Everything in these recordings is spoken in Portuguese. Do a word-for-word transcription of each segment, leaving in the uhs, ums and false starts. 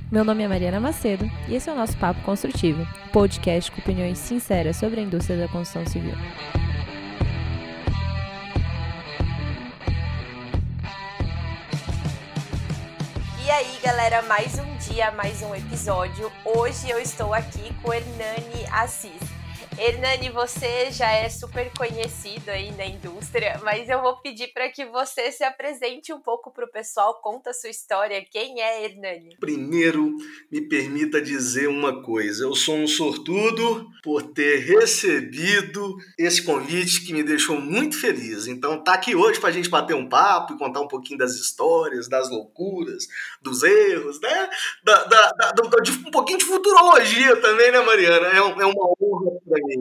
Meu nome é Mariana Macedo e esse é o nosso Papo Construtivo, podcast com opiniões sinceras sobre a indústria da construção civil. E aí, galera, mais um dia, mais um episódio. Hoje eu estou aqui com Hernani Assis. Hernani, você já é super conhecido aí na indústria, mas eu vou pedir para que você se apresente um pouco para o pessoal, conta a sua história. Quem é Hernani? Primeiro, me permita dizer uma coisa. Eu sou um sortudo por ter recebido esse convite que me deixou muito feliz. Então, tá aqui hoje para a gente bater um papo e contar um pouquinho das histórias, das loucuras, dos erros, né? Da, da, da, da, de um pouquinho de futurologia também, né, Mariana? É, é uma honra para mim.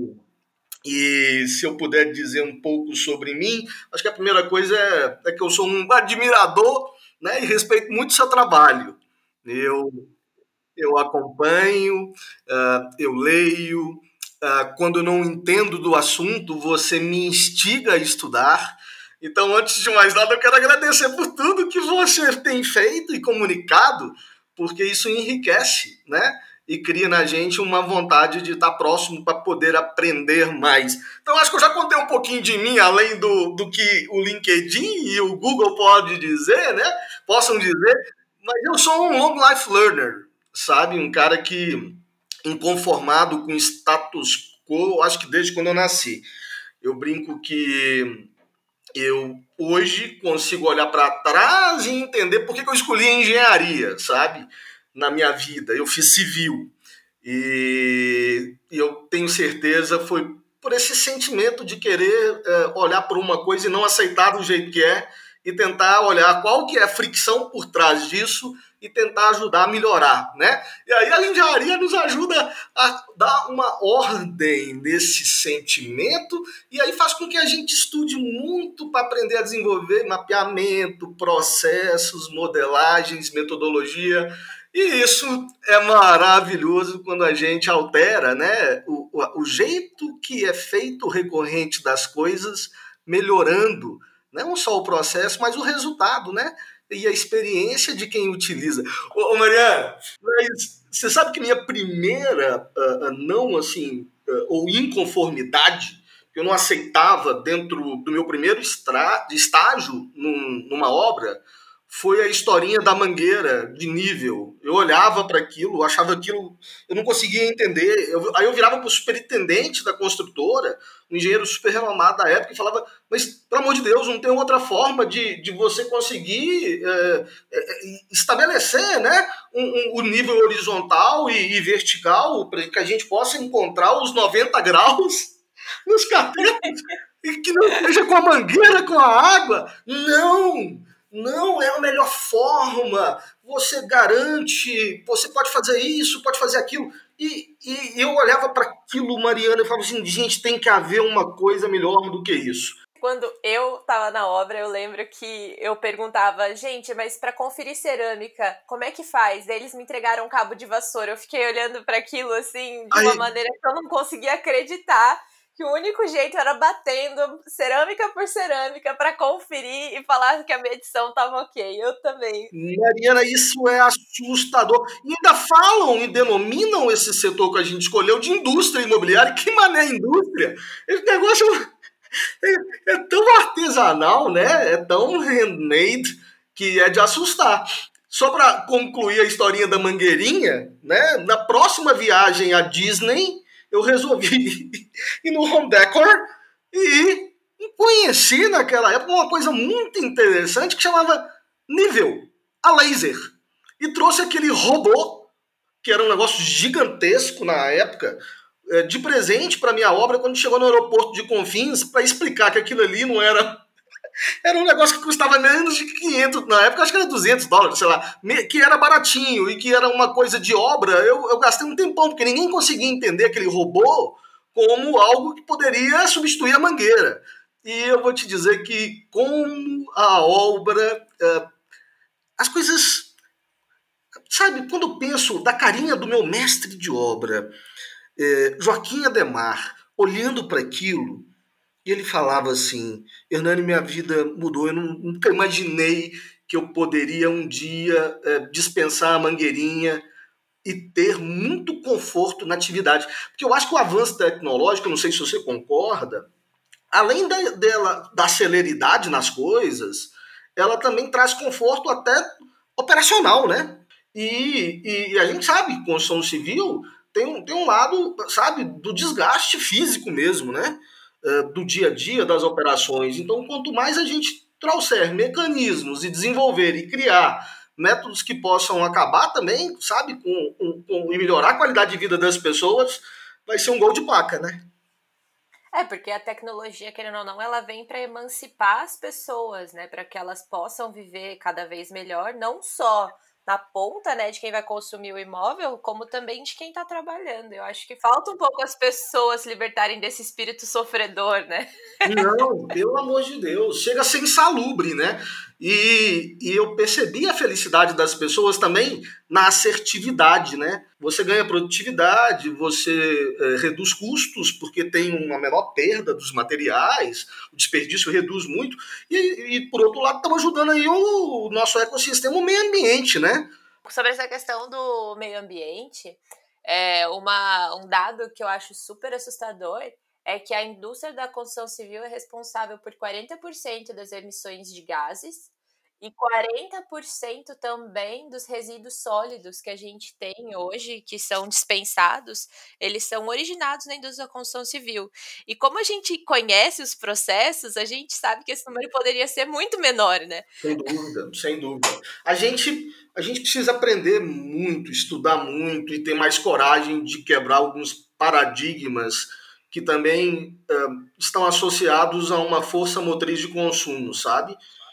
E se eu puder dizer um pouco sobre mim, acho que a primeira coisa é, é que eu sou um admirador, né, e respeito muito o seu trabalho. Eu, eu acompanho, uh, eu leio. Uh, quando não entendo do assunto, você me instiga a estudar. Então, antes de mais nada, eu quero agradecer por tudo que você tem feito e comunicado, porque isso enriquece, né? E cria na gente uma vontade de estar próximo para poder aprender mais. Então, acho que eu já contei um pouquinho de mim, além do, do que o LinkedIn e o Google pode dizer, né? Possam dizer. Mas eu sou um long life learner, sabe? Um cara que, inconformado com status quo, acho que desde quando eu nasci. Eu brinco que eu hoje consigo olhar para trás e entender por que eu escolhi a engenharia, sabe? Na minha vida. Eu fiz civil. E, e eu tenho certeza foi por esse sentimento de querer é, olhar para uma coisa e não aceitar do jeito que é e tentar olhar qual que é a fricção por trás disso e tentar ajudar a melhorar, né? E aí a engenharia nos ajuda a dar uma ordem nesse sentimento e aí faz com que a gente estude muito para aprender a desenvolver mapeamento, processos, modelagens, metodologia. E isso é maravilhoso quando a gente altera, né, o, o, o jeito que é feito o recorrente das coisas, melhorando não só o processo, mas o resultado, né? E a experiência de quem utiliza. Ô, ô Mariana, mas você sabe que minha primeira uh, não, assim, uh, ou inconformidade, que eu não aceitava dentro do meu primeiro estra- estágio num, numa obra, foi a historinha da mangueira de nível. Eu olhava para aquilo, achava aquilo, eu não conseguia entender. Eu, aí eu virava para o superintendente da construtora, um engenheiro super renomado da época, e falava, mas, pelo amor de Deus, não tem outra forma de, de você conseguir é, é, estabelecer, né, um, um, o nível horizontal e, e vertical para que a gente possa encontrar os noventa graus nos catetos e que não seja com a mangueira, com a água. Não! Não, é a melhor forma. Você garante, você pode fazer isso, pode fazer aquilo. E, e eu olhava para aquilo, Mariana, e falava assim, gente, tem que haver uma coisa melhor do que isso. Quando eu tava na obra, eu lembro que eu perguntava, gente, mas para conferir cerâmica, como é que faz? Daí eles me entregaram um cabo de vassoura. Eu fiquei olhando para aquilo assim, de uma Aí... maneira que eu não conseguia acreditar. Que o único jeito era batendo cerâmica por cerâmica para conferir e falar que a medição estava ok. Eu também. Mariana, isso é assustador. E ainda falam e denominam esse setor que a gente escolheu de indústria imobiliária. Que mané indústria? Esse negócio é, é tão artesanal, né? É tão handmade que é de assustar. Só para concluir a historinha da mangueirinha, né? Na próxima viagem à Disney, eu resolvi ir no Home Decor e conheci naquela época uma coisa muito interessante que chamava nível a laser. E trouxe aquele robô, que era um negócio gigantesco na época, de presente para minha obra quando chegou no aeroporto de Confins, para explicar que aquilo ali não era... Era um negócio que custava menos de quinhentos, na época acho que era duzentos dólares, sei lá, que era baratinho e que era uma coisa de obra. Eu, eu gastei um tempão, porque ninguém conseguia entender aquele robô como algo que poderia substituir a mangueira. E eu vou te dizer que com a obra, as coisas... Sabe, quando eu penso da carinha do meu mestre de obra, Joaquim Ademar, olhando para aquilo, e ele falava assim, Hernani, minha vida mudou, eu nunca imaginei que eu poderia um dia é, dispensar a mangueirinha e ter muito conforto na atividade. Porque eu acho que o avanço tecnológico, não sei se você concorda, além da, dela, da celeridade nas coisas, ela também traz conforto até operacional, né? E, e a gente sabe, construção civil tem um, tem um lado, sabe, do desgaste físico mesmo, né? Do dia a dia das operações. Então, quanto mais a gente trouxer mecanismos e desenvolver e criar métodos que possam acabar também, sabe, com, com, com, e melhorar a qualidade de vida das pessoas, vai ser um gol de placa, né? É, porque a tecnologia, querendo ou não, ela vem para emancipar as pessoas, né? Para que elas possam viver cada vez melhor, não só na ponta, né, de quem vai consumir o imóvel, como também de quem está trabalhando. Eu acho que falta um pouco as pessoas se libertarem desse espírito sofredor, né? Não, pelo amor de Deus, chega a ser insalubre, né? E, e eu percebi a felicidade das pessoas também na assertividade, né? Você ganha produtividade, você é, reduz custos porque tem uma menor perda dos materiais, o desperdício reduz muito, e, e por outro lado estamos ajudando aí o nosso ecossistema, o meio ambiente, né? Sobre essa questão do meio ambiente, é uma, um dado que eu acho super assustador é que a indústria da construção civil é responsável por quarenta por cento das emissões de gases e quarenta por cento também dos resíduos sólidos que a gente tem hoje, que são dispensados, eles são originados na indústria da construção civil. E como a gente conhece os processos, a gente sabe que esse número poderia ser muito menor, né? Sem dúvida, sem dúvida. A gente, a gente precisa aprender muito, estudar muito e ter mais coragem de quebrar alguns paradigmas que também uh, estão associados a uma força motriz de consumo, sabe?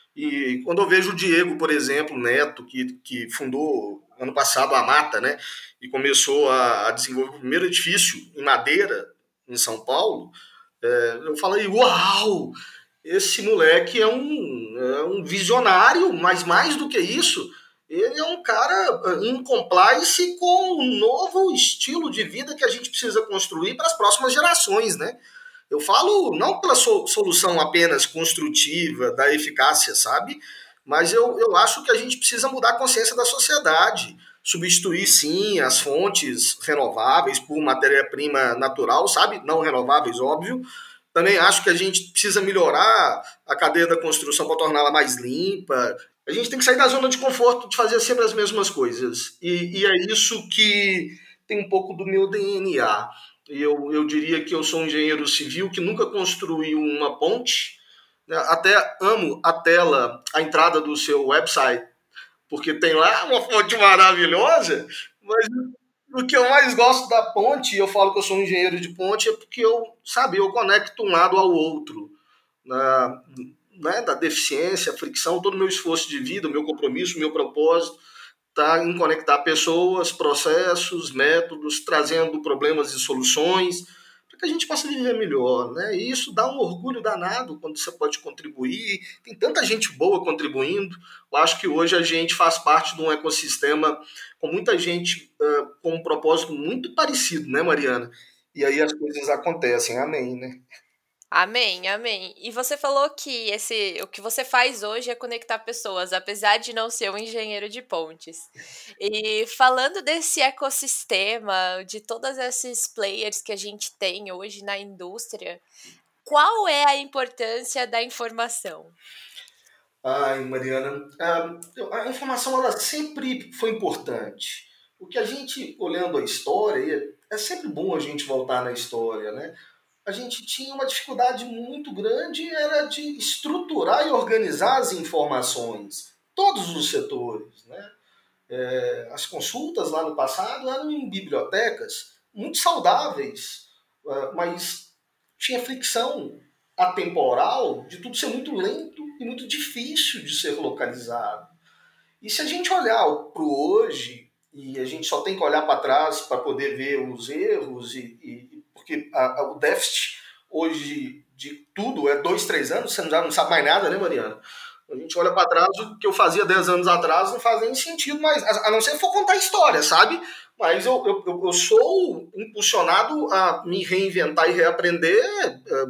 E quando eu vejo o Diego, por exemplo, Neto, que, que fundou ano passado a Mata, né? E começou a, a desenvolver o primeiro edifício em madeira em São Paulo, é, eu falei, uau! Esse moleque é um, é um visionário, mas mais do que isso, ele é um cara em compliance com um novo estilo de vida que a gente precisa construir para as próximas gerações, né? Eu falo não pela so- solução apenas construtiva, da eficácia, sabe? Mas eu, eu acho que a gente precisa mudar a consciência da sociedade. Substituir, sim, as fontes renováveis por matéria-prima natural, sabe? Não renováveis, óbvio. Também acho que a gente precisa melhorar a cadeia da construção para torná-la mais limpa. A gente tem que sair da zona de conforto de fazer sempre as mesmas coisas. E, e é isso que tem um pouco do meu D N A. Eu, eu diria que eu sou um engenheiro civil que nunca construiu uma ponte. Né? Até amo a tela, a entrada do seu website, porque tem lá uma fonte maravilhosa, mas o que eu mais gosto da ponte, e eu falo que eu sou um engenheiro de ponte, é porque eu, sabe, eu conecto um lado ao outro. Na, né, da deficiência, a fricção, todo o meu esforço de vida, o meu compromisso, o meu propósito, está em conectar pessoas, processos, métodos, trazendo problemas e soluções, para que a gente possa viver melhor, né? E isso dá um orgulho danado quando você pode contribuir. Tem tanta gente boa contribuindo. Eu acho que hoje a gente faz parte de um ecossistema com muita gente uh, com um propósito muito parecido, né, Mariana? E aí as coisas acontecem. Amém, né? Amém, amém. E você falou que esse, o que você faz hoje é conectar pessoas, apesar de não ser um engenheiro de pontes. E falando desse ecossistema, de todos esses players que a gente tem hoje na indústria, qual é a importância da informação? Ai, Mariana, a, a informação ela sempre foi importante. O que a gente, olhando a história, é sempre bom a gente voltar na história, né? A gente tinha uma dificuldade muito grande, era de estruturar e organizar as informações, todos os setores, né? É, as consultas lá no passado eram em bibliotecas muito saudáveis, mas tinha fricção atemporal de tudo ser muito lento e muito difícil de ser localizado. E se a gente olhar para o hoje, e a gente só tem que olhar para trás para poder ver os erros, e, e porque a, a, o déficit hoje de tudo é dois, três anos, você já não sabe mais nada, né, Mariana? A gente olha para trás, o que eu fazia dez anos atrás não faz nem sentido, mas a não ser se for contar história, sabe? Mas eu, eu, eu sou impulsionado a me reinventar e reaprender uh,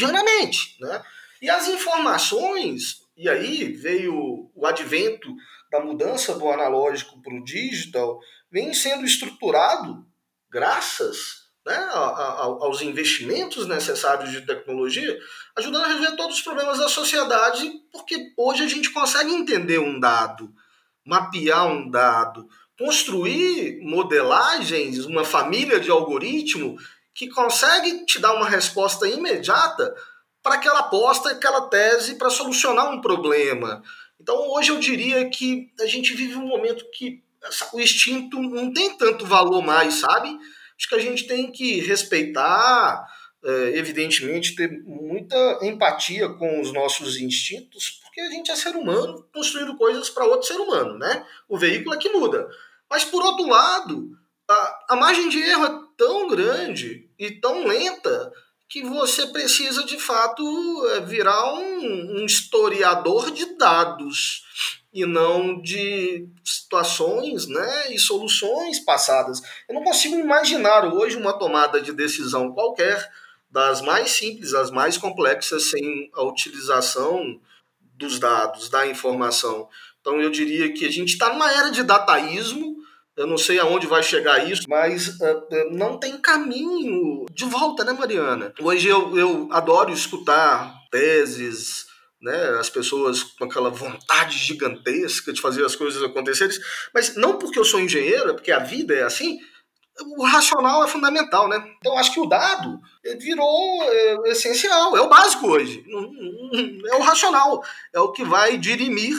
cotidianamente, né? E as informações, e aí veio o advento da mudança do analógico para o digital vem sendo estruturado graças, né, a, a, aos investimentos necessários de tecnologia, ajudando a resolver todos os problemas da sociedade, porque hoje a gente consegue entender um dado, mapear um dado, construir modelagens, uma família de algoritmo que consegue te dar uma resposta imediata para aquela aposta, aquela tese, para solucionar um problema. Então, hoje eu diria que a gente vive um momento que o instinto não tem tanto valor mais, sabe? Acho que a gente tem que respeitar, evidentemente, ter muita empatia com os nossos instintos, porque a gente é ser humano construindo coisas para outro ser humano, né? O veículo é que muda. Mas, por outro lado, a, a margem de erro é tão grande e tão lenta que você precisa, de fato, virar um, um historiador de dados e não de situações, né, e soluções passadas. Eu não consigo imaginar hoje uma tomada de decisão qualquer, das mais simples às mais complexas, sem a utilização dos dados, da informação. Então eu diria que a gente está numa era de dataísmo. Eu não sei aonde vai chegar isso, mas uh, não tem caminho de volta, né, Mariana? Hoje eu, eu adoro escutar teses, né, as pessoas com aquela vontade gigantesca de fazer as coisas acontecerem, mas não porque eu sou engenheiro, é porque a vida é assim. O racional é fundamental, né? Então acho que o dado virou é, essencial, é o básico hoje. É o racional, é o que vai dirimir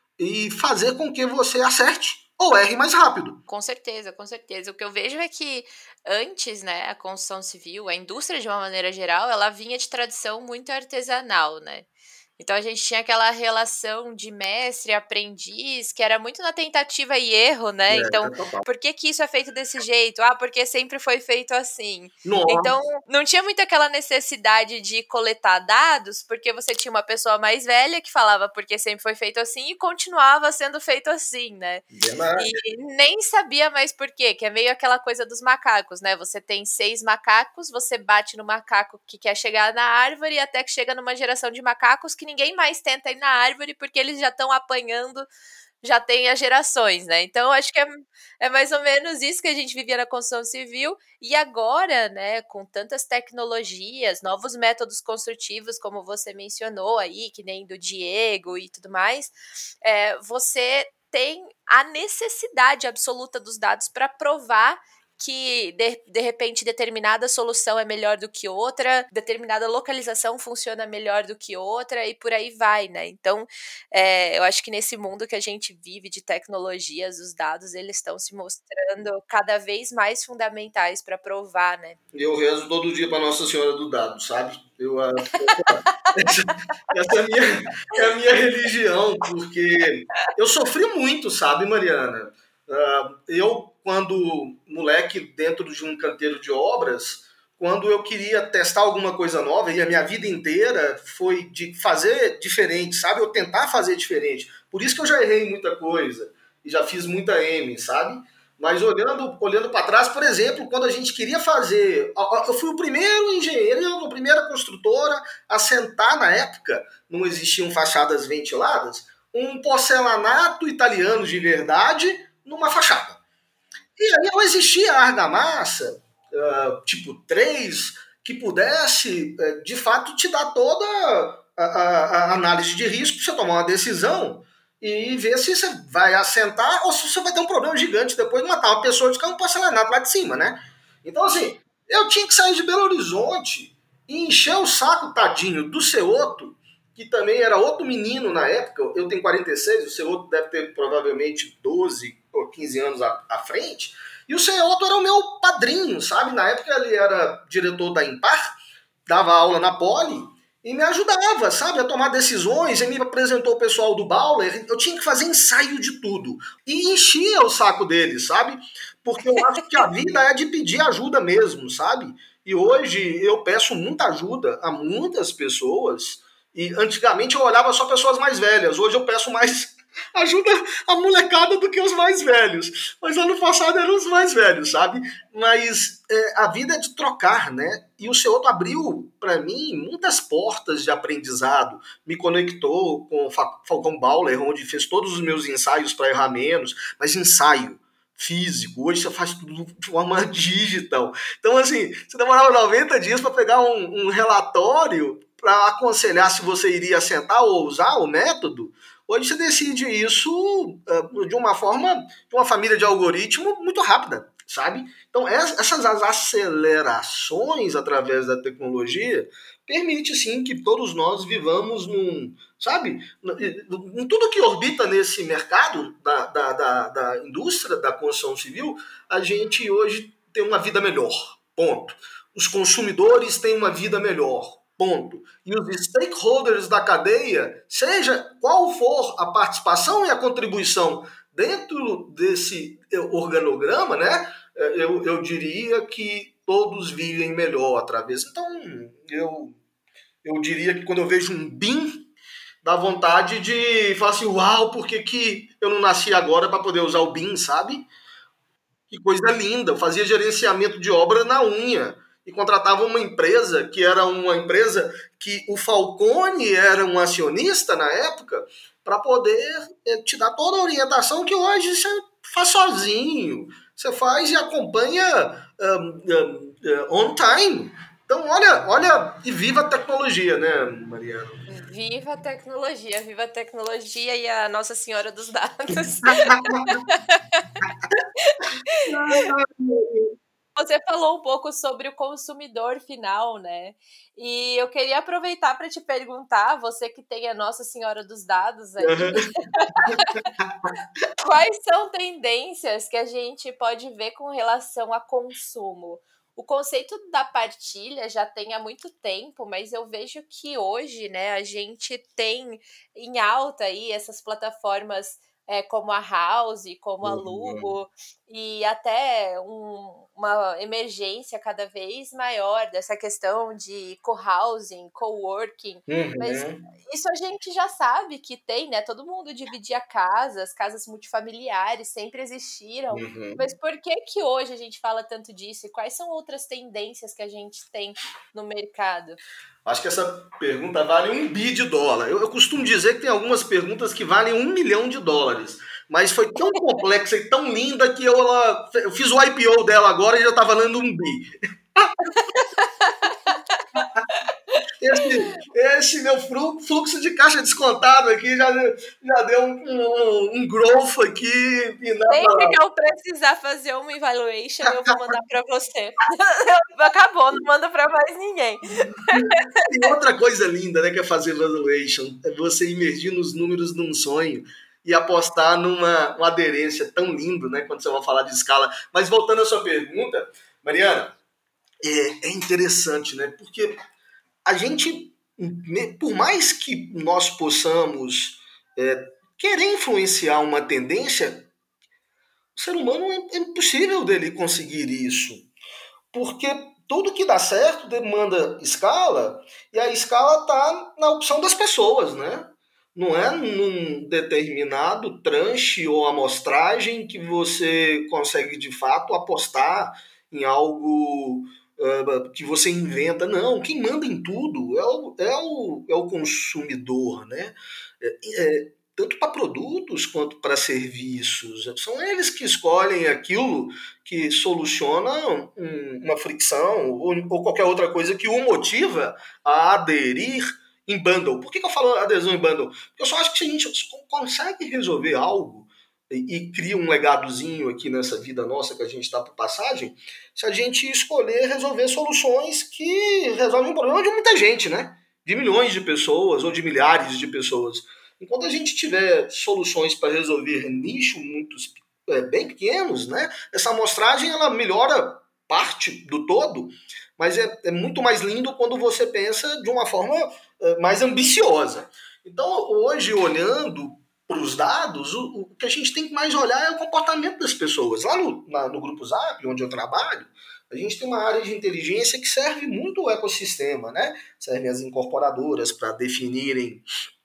e fazer com que você acerte ou erre mais rápido. Com certeza, com certeza. O que eu vejo é que antes, né, a construção civil, a indústria de uma maneira geral, ela vinha de tradição muito artesanal, né? Então a gente tinha aquela relação de mestre e aprendiz, que era muito na tentativa e erro, né? É, então, total. por que que isso é feito desse jeito? Ah, porque sempre foi feito assim. Nossa. Então, não tinha muito aquela necessidade de coletar dados, porque você tinha uma pessoa mais velha que falava porque sempre foi feito assim e continuava sendo feito assim, né? Verdade. E nem sabia mais por quê, que é meio aquela coisa dos macacos, né? Você tem seis macacos, você bate no macaco que quer chegar na árvore até que chega numa geração de macacos que ninguém mais tenta ir na árvore porque eles já estão apanhando, já tem as gerações, né? Então, acho que é, é mais ou menos isso que a gente vivia na construção civil. E agora, né, com tantas tecnologias, novos métodos construtivos, como você mencionou aí, que nem do Diego e tudo mais, é, você tem a necessidade absoluta dos dados para provar que, de, de repente, determinada solução é melhor do que outra, determinada localização funciona melhor do que outra, e por aí vai, né? Então, é, eu acho que nesse mundo que a gente vive de tecnologias, os dados, eles estão se mostrando cada vez mais fundamentais para provar, né? Eu rezo todo dia para Nossa Senhora do Dado, sabe? Eu, essa, essa é, a minha, é a minha religião, porque eu sofri muito, sabe, Mariana? Uh, eu, quando moleque dentro de um canteiro de obras, quando eu queria testar alguma coisa nova, e a minha vida inteira foi de fazer diferente, sabe? Eu tentar fazer diferente. Por isso que eu já errei muita coisa, e já fiz muita M, sabe? Mas olhando, olhando para trás, por exemplo, quando a gente queria fazer... Eu fui o primeiro engenheiro, a primeira construtora a sentar na época, não existiam fachadas ventiladas, um porcelanato italiano de verdade numa fachada. E aí não existia argamassa, uh, tipo três, que pudesse, uh, de fato, te dar toda a, a, a análise de risco para você tomar uma decisão e ver se você vai assentar ou se você vai ter um problema gigante depois de matar uma pessoa de cair um porcelanato lá de cima, né? Então, assim, eu tinha que sair de Belo Horizonte e encher o saco, tadinho, do Ceoto, que também era outro menino na época. Eu tenho quarenta e seis, o Ceoto deve ter provavelmente doze ou quinze anos à, à frente, e o Ceoto era o meu padrinho, sabe? Na época ele era diretor da Impar, dava aula na Poli, e me ajudava, sabe, a tomar decisões. Ele me apresentou o pessoal do Bauer, eu tinha que fazer ensaio de tudo. E enchia o saco dele, sabe? Porque eu acho que a vida é de pedir ajuda mesmo, sabe? E hoje eu peço muita ajuda a muitas pessoas, e antigamente eu olhava só pessoas mais velhas, hoje eu peço mais ajuda a molecada do que os mais velhos. Mas ano passado eram os mais velhos, sabe? Mas é, a vida é de trocar, né? E o C E O abriu, para mim, muitas portas de aprendizado. Me conectou com o Falcão Bauler, onde fez todos os meus ensaios para errar menos. Mas ensaio físico, hoje você faz tudo de forma digital. Então, assim, você demorava noventa dias para pegar um, um relatório para aconselhar se você iria sentar ou usar o método. Hoje você decide isso uh, de uma forma, de uma família de algoritmo muito rápida, sabe? Então, essas acelerações através da tecnologia permite, sim, que todos nós vivamos num, sabe, em tudo que orbita nesse mercado da, da, da, da indústria da construção civil, a gente hoje tem uma vida melhor, ponto. Os consumidores têm uma vida melhor, ponto. E os stakeholders da cadeia, seja qual for a participação e a contribuição dentro desse organograma, né, eu, eu diria que todos vivem melhor através. Então, eu, eu diria que quando eu vejo um B I M, dá vontade de falar assim, uau, por que, que eu não nasci agora para poder usar o B I M, sabe? Que coisa linda, eu fazia gerenciamento de obra na unha e contratava uma empresa que era uma empresa que o Falcone era um acionista na época para poder te dar toda a orientação que hoje você faz sozinho, você faz e acompanha um, um, um, on time. Então, olha, olha, e viva a tecnologia, né, Mariana? Viva a tecnologia, viva a tecnologia e a Nossa Senhora dos Dados. Você falou um pouco sobre o consumidor final, né? E eu queria aproveitar para te perguntar, você que tem a Nossa Senhora dos Dados aí, uhum. Quais são tendências que a gente pode ver com relação a consumo? O conceito da partilha já tem há muito tempo, mas eu vejo que hoje, né, a gente tem em alta aí essas plataformas é, como a House, como a Lugo, uhum. e até um, uma emergência cada vez maior dessa questão de co-housing, co-working, uhum. Mas isso a gente já sabe que tem, né? Todo mundo dividia casas, casas multifamiliares sempre existiram, uhum. Mas por que que hoje a gente fala tanto disso? E quais são outras tendências que a gente tem no mercado? Acho que essa pergunta vale um bi de dólar. Eu, eu costumo dizer que tem algumas perguntas que valem um milhão de dólares. Mas foi tão complexa e tão linda que eu, ela, eu fiz o I P O dela agora e já está valendo um bi. Esse, esse meu fluxo de caixa descontado aqui já deu, já deu um, um, um growth aqui. E não, sempre não. Que eu precisar fazer uma evaluation, eu vou mandar para você. Acabou, não manda para mais ninguém. E outra coisa linda, né, que é fazer evaluation, é você imergir nos números de um sonho e apostar numa uma aderência tão lindo, né, quando você vai falar de escala. Mas voltando à sua pergunta, Mariana, é, é interessante, né, porque a gente, por mais que nós possamos é, querer influenciar uma tendência, o ser humano é impossível dele conseguir isso. Porque tudo que dá certo demanda escala, e a escala está na opção das pessoas, né? Não é num determinado tranche ou amostragem que você consegue, de fato, apostar em algo uh, que você inventa. Não, quem manda em tudo é o, é o, é o consumidor, né? É, é, tanto para produtos quanto para serviços. São eles que escolhem aquilo que soluciona um, uma fricção ou, ou qualquer outra coisa que o motiva a aderir em bundle. Por que, que eu falo adesão em bundle? Porque eu só acho que se a gente consegue resolver algo e, e cria um legadozinho aqui nessa vida nossa que a gente está por passagem, se a gente escolher resolver soluções que resolvem um problema de muita gente, né? De milhões de pessoas ou de milhares de pessoas. Enquanto a gente tiver soluções para resolver nichos muito é, bem pequenos, né? Essa amostragem ela melhora parte do todo, mas é, é muito mais lindo quando você pensa de uma forma é, mais ambiciosa. Então, hoje, olhando para os dados, o, o que a gente tem que mais olhar é o comportamento das pessoas. Lá no, na, no Grupo Zap, onde eu trabalho, a gente tem uma área de inteligência que serve muito o ecossistema, né? Servem as incorporadoras para definirem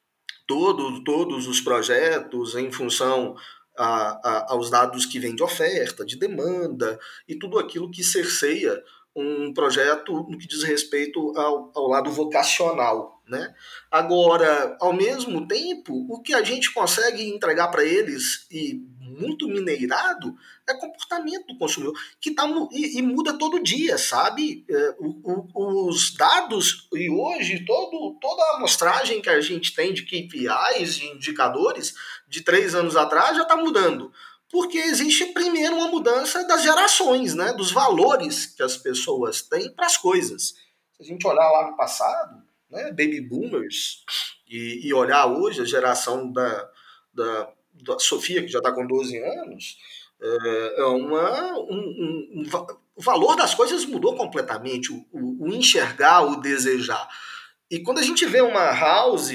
todo, todos os projetos em função a, a, aos dados que vêm de oferta, de demanda e tudo aquilo que cerceia um projeto no que diz respeito ao, ao lado vocacional, né? Agora, ao mesmo tempo, o que a gente consegue entregar para eles, e muito mineirado, é comportamento do consumidor, que tá, e, e muda todo dia, sabe? É, o, o, os dados, e hoje todo, toda a amostragem que a gente tem de K P Is, de indicadores, de três anos atrás, já está mudando. Porque existe primeiro uma mudança das gerações, né? Dos valores que as pessoas têm para as coisas. Se a gente olhar lá no passado, né, baby boomers, e, e olhar hoje a geração da, da, da Sofia, que já está com doze anos, é, é uma, um, um, um, o valor das coisas mudou completamente, o, o, o enxergar, o desejar. E quando a gente vê uma house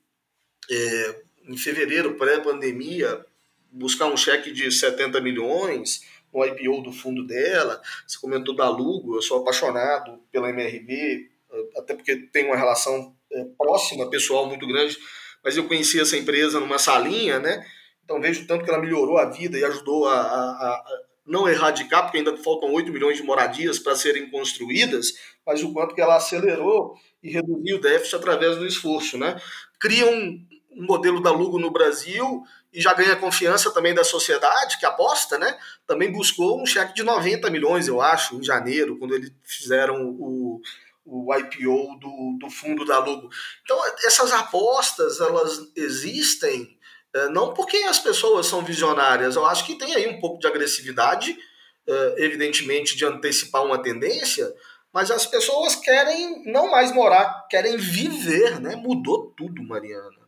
é, em fevereiro, pré-pandemia, buscar um cheque de setenta milhões no I P O do fundo dela, você comentou da Lugo, eu sou apaixonado pela M R V, até porque tem uma relação é, próxima, pessoal, muito grande, mas eu conheci essa empresa numa salinha, né? Então vejo tanto que ela melhorou a vida e ajudou a, a, a não erradicar, porque ainda faltam oito milhões de moradias para serem construídas, mas o quanto que ela acelerou e reduziu o déficit através do esforço, né? Cria um, um modelo da Lugo no Brasil e já ganha confiança também da sociedade, que aposta, né? Também buscou um cheque de noventa milhões, eu acho, em janeiro, quando eles fizeram o, o I P O do, do fundo da Lugo. Então, essas apostas, elas existem não porque as pessoas são visionárias, eu acho que tem aí um pouco de agressividade, evidentemente, de antecipar uma tendência, mas as pessoas querem não mais morar, querem viver, né? Mudou tudo, Mariana.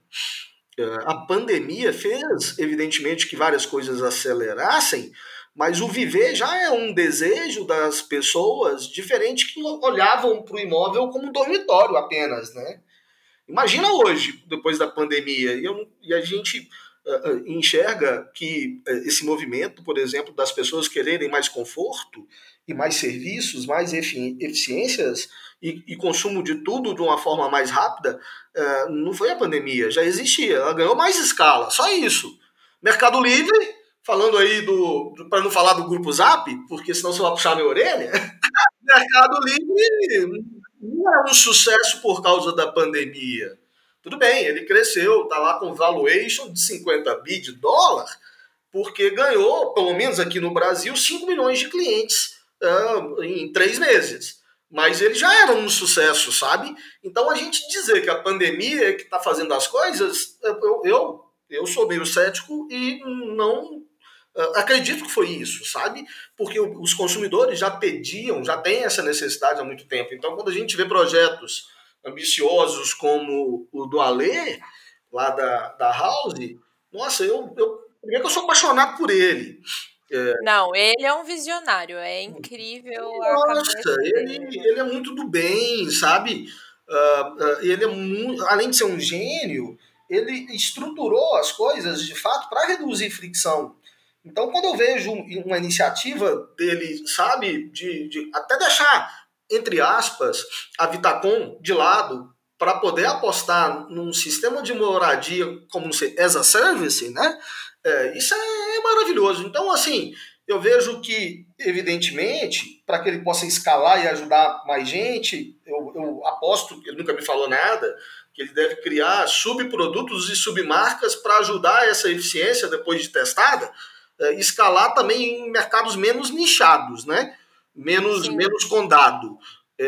A pandemia fez, evidentemente, que várias coisas acelerassem, mas o viver já é um desejo das pessoas diferente, que olhavam para o imóvel como um dormitório apenas, né? Imagina hoje, depois da pandemia, e, eu, e a gente uh, enxerga que uh, esse movimento, por exemplo, das pessoas quererem mais conforto e mais serviços, mais efi- eficiências e, e consumo de tudo de uma forma mais rápida, uh, não foi a pandemia, já existia, ela ganhou mais escala, só isso. Mercado Livre, falando aí do, do para não falar do Grupo Zap, porque senão você vai puxar minha orelha, Mercado Livre não é um sucesso por causa da pandemia. Tudo bem, ele cresceu, está lá com valuation de cinquenta bi de dólar, porque ganhou, pelo menos aqui no Brasil, cinco milhões de clientes uh, em três meses. Mas ele já era um sucesso, sabe? Então a gente dizer que a pandemia é que está fazendo as coisas, eu, eu, eu sou meio cético e não acredito que foi isso, sabe? Porque os consumidores já pediam, já têm essa necessidade há muito tempo. Então, quando a gente vê projetos ambiciosos como o do Alê, lá da, da House, nossa, eu, eu, primeiro que eu sou apaixonado por ele. É... Não, ele é um visionário, é incrível a nossa, cabeça ele, dele. ele é muito do bem, sabe? Uh, uh, ele é muito, além de ser um gênio, ele estruturou as coisas, de fato, para reduzir fricção. Então, quando eu vejo uma iniciativa dele, sabe, de, de até deixar, entre aspas, a Vitacom de lado para poder apostar num sistema de moradia como as a service, né? É, isso é maravilhoso. Então, assim, eu vejo que, evidentemente, para que ele possa escalar e ajudar mais gente, eu, eu aposto, ele nunca me falou nada, que ele deve criar subprodutos e submarcas para ajudar essa eficiência depois de testada, escalar também em mercados menos nichados, né? menos, menos condado.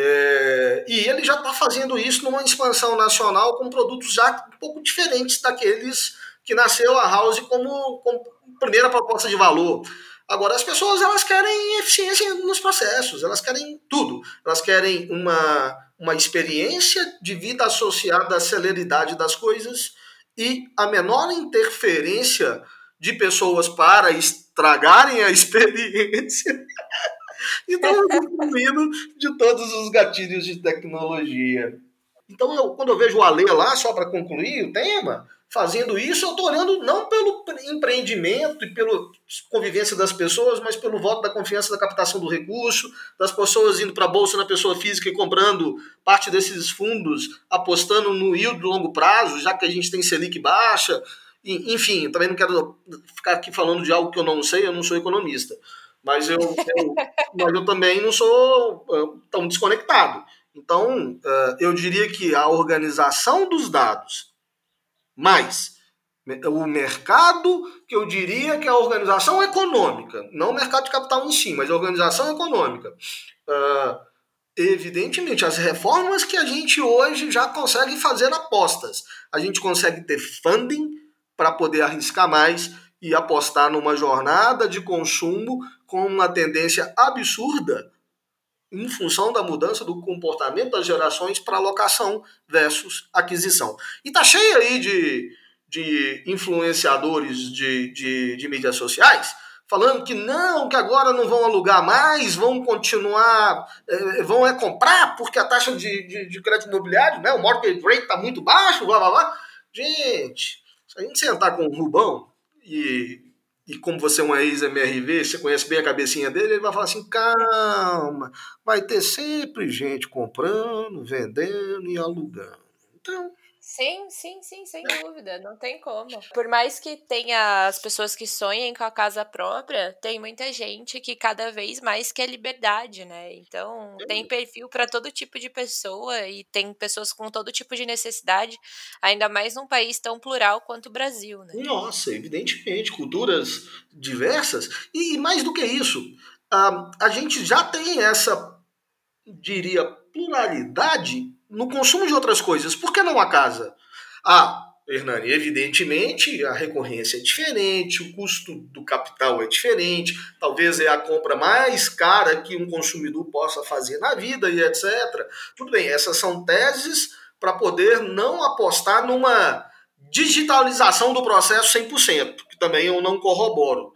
É, e ele já está fazendo isso numa expansão nacional com produtos já um pouco diferentes daqueles que nasceu a House como, como primeira proposta de valor. Agora, as pessoas elas querem eficiência nos processos, elas querem tudo. Elas querem uma, uma experiência de vida associada à celeridade das coisas e a menor interferência de pessoas para estragarem a experiência. Então, eu estou de todos os gatilhos de tecnologia. Então, eu, quando eu vejo o Alê lá, só para concluir o tema, fazendo isso, eu estou olhando não pelo empreendimento e pela convivência das pessoas, mas pelo voto da confiança da captação do recurso, das pessoas indo para a bolsa na pessoa física e comprando parte desses fundos, apostando no yield de longo prazo, já que a gente tem Selic baixa. Enfim, também não quero ficar aqui falando de algo que eu não sei, eu não sou economista. Mas eu, eu, mas eu também não sou uh, tão desconectado. Então, uh, eu diria que a organização dos dados, mais o mercado, que eu diria que é a organização econômica, não o mercado de capital em si, mas a organização econômica. Uh, evidentemente, as reformas que a gente hoje já consegue fazer apostas. A gente consegue ter funding para poder arriscar mais e apostar numa jornada de consumo com uma tendência absurda em função da mudança do comportamento das gerações para alocação versus aquisição. E tá cheio aí de, de influenciadores de, de, de mídias sociais falando que não, que agora não vão alugar mais, vão continuar, é, vão é comprar porque a taxa de, de, de crédito imobiliário, né, o mortgage rate está muito baixo, blá, blá, blá. Gente, se a gente sentar com o Rubão e... E como você é um ex-M R V, você conhece bem a cabecinha dele, ele vai falar assim, calma, vai ter sempre gente comprando, vendendo e alugando. Então... Sim, sim, sim, sem dúvida, não tem como. Por mais que tenha as pessoas que sonhem com a casa própria, tem muita gente que cada vez mais quer liberdade, né? Então, tem perfil para todo tipo de pessoa e tem pessoas com todo tipo de necessidade, ainda mais num país tão plural quanto o Brasil, né? Nossa, evidentemente, culturas diversas. E mais do que isso, a, a gente já tem essa, diria, pluralidade no consumo de outras coisas. Por que não a casa? Ah, Hernani, evidentemente a recorrência é diferente, o custo do capital é diferente, talvez é a compra mais cara que um consumidor possa fazer na vida e etcétera. Tudo bem, essas são teses para poder não apostar numa digitalização do processo cem por cento, que também eu não corroboro.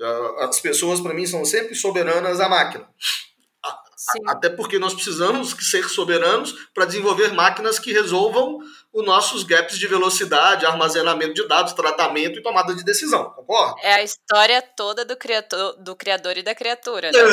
As pessoas, para mim, são sempre soberanas à máquina. Sim. Até porque nós precisamos ser soberanos para desenvolver máquinas que resolvam os nossos gaps de velocidade, armazenamento de dados, tratamento e tomada de decisão, concorda? É a história toda do criador, do criador e da criatura, né?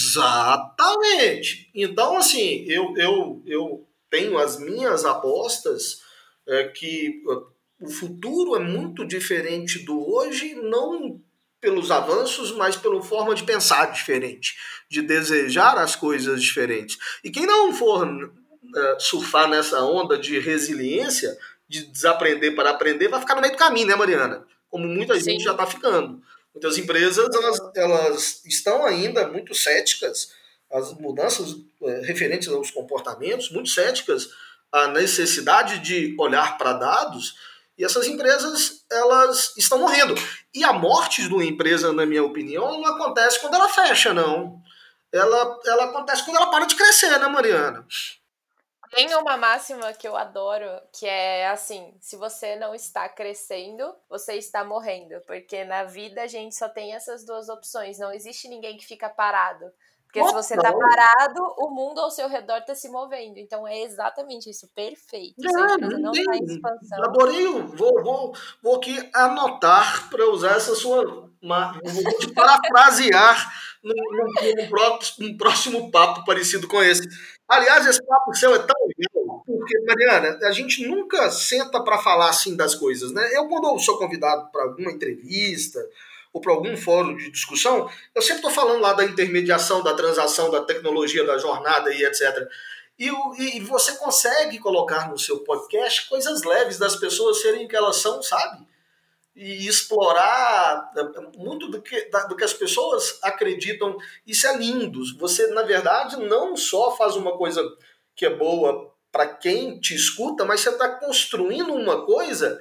Exatamente. Então, assim, eu, eu, eu tenho as minhas apostas é, que o futuro é muito diferente do hoje, não pelos avanços, mas pela forma de pensar diferente, de desejar as coisas diferentes. E quem não for uh, surfar nessa onda de resiliência, de desaprender para aprender, vai ficar no meio do caminho, né, Mariana? Como muita Sim. gente já está ficando. Muitas empresas elas, elas estão ainda muito céticas, as mudanças uh, referentes aos comportamentos, muito céticas à necessidade de olhar para dados. E essas empresas, elas estão morrendo. E a morte de uma empresa, na minha opinião, não acontece quando ela fecha, não. Ela, ela acontece quando ela para de crescer, né, Mariana? Tem uma máxima que eu adoro, que é assim, se você não está crescendo, você está morrendo. Porque na vida a gente só tem essas duas opções. Não existe ninguém que fica parado. Porque se você tá parado, o mundo ao seu redor tá se movendo. Então é exatamente isso, perfeito. Se a empresa não tá em expansão. Adorei, vou, vou, vou aqui anotar para usar essa sua. Uma, vou te parafrasear num, num, num, próximo, num próximo papo parecido com esse. Aliás, esse papo seu é tão legal, porque, Mariana, a gente nunca senta para falar assim das coisas, né? Eu, quando eu sou convidado para alguma entrevista ou para algum fórum de discussão, eu sempre estou falando lá da intermediação, da transação, da tecnologia, da jornada e etcétera. E, e você consegue colocar no seu podcast coisas leves das pessoas serem o que elas são, sabe? E explorar muito do que, do que as pessoas acreditam. Isso é lindo. Você, na verdade, não só faz uma coisa que é boa para quem te escuta, mas você está construindo uma coisa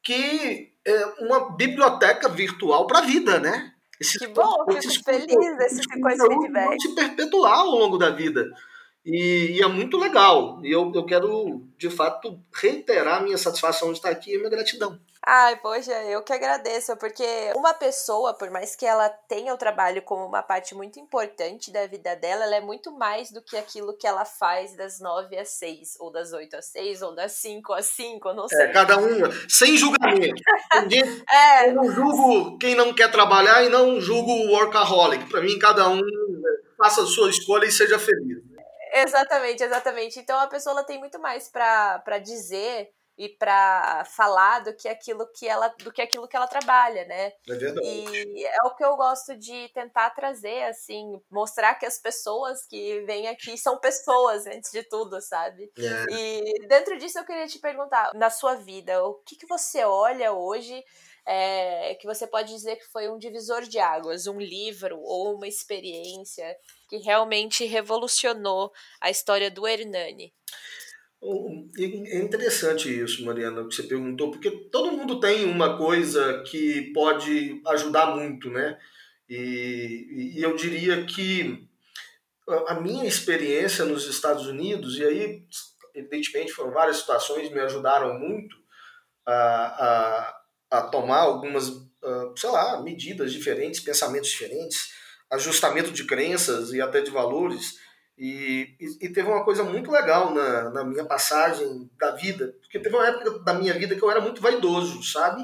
que é uma biblioteca virtual para a vida, né? Esse, que bom, eu fico feliz desse ficou esse feedback. Vão se perpetuar ao longo da vida. E, e é muito legal. E eu, eu quero, de fato, reiterar minha satisfação de estar aqui e minha gratidão. Ai, poxa, eu que agradeço, porque uma pessoa, por mais que ela tenha o trabalho como uma parte muito importante da vida dela, ela é muito mais do que aquilo que ela faz das nove às seis, ou das oito às seis, ou das cinco às cinco, eu não sei. É, cada um, sem julgamento. É. Eu não julgo quem não quer trabalhar e não julgo o workaholic. Para mim, cada um faça a sua escolha e seja feliz. Exatamente, exatamente. Então a pessoa ela tem muito mais para dizer e para falar do que aquilo que ela do que aquilo que ela trabalha, né? É verdade. E é o que eu gosto de tentar trazer, assim, mostrar que as pessoas que vêm aqui são pessoas antes de tudo, sabe? É. E dentro disso eu queria te perguntar, na sua vida, o que, que você olha hoje é, que você pode dizer que foi um divisor de águas, um livro ou uma experiência que realmente revolucionou a história do Hernani? É interessante isso, Mariana, que você perguntou, porque todo mundo tem uma coisa que pode ajudar muito, né? E, e eu diria que a minha experiência nos Estados Unidos, e aí, evidentemente, foram várias situações que me ajudaram muito a, a, a tomar algumas, uh, sei lá, medidas diferentes, pensamentos diferentes, ajustamento de crenças e até de valores. E, e, e teve uma coisa muito legal na, na minha passagem da vida, porque teve uma época da minha vida que eu era muito vaidoso, sabe?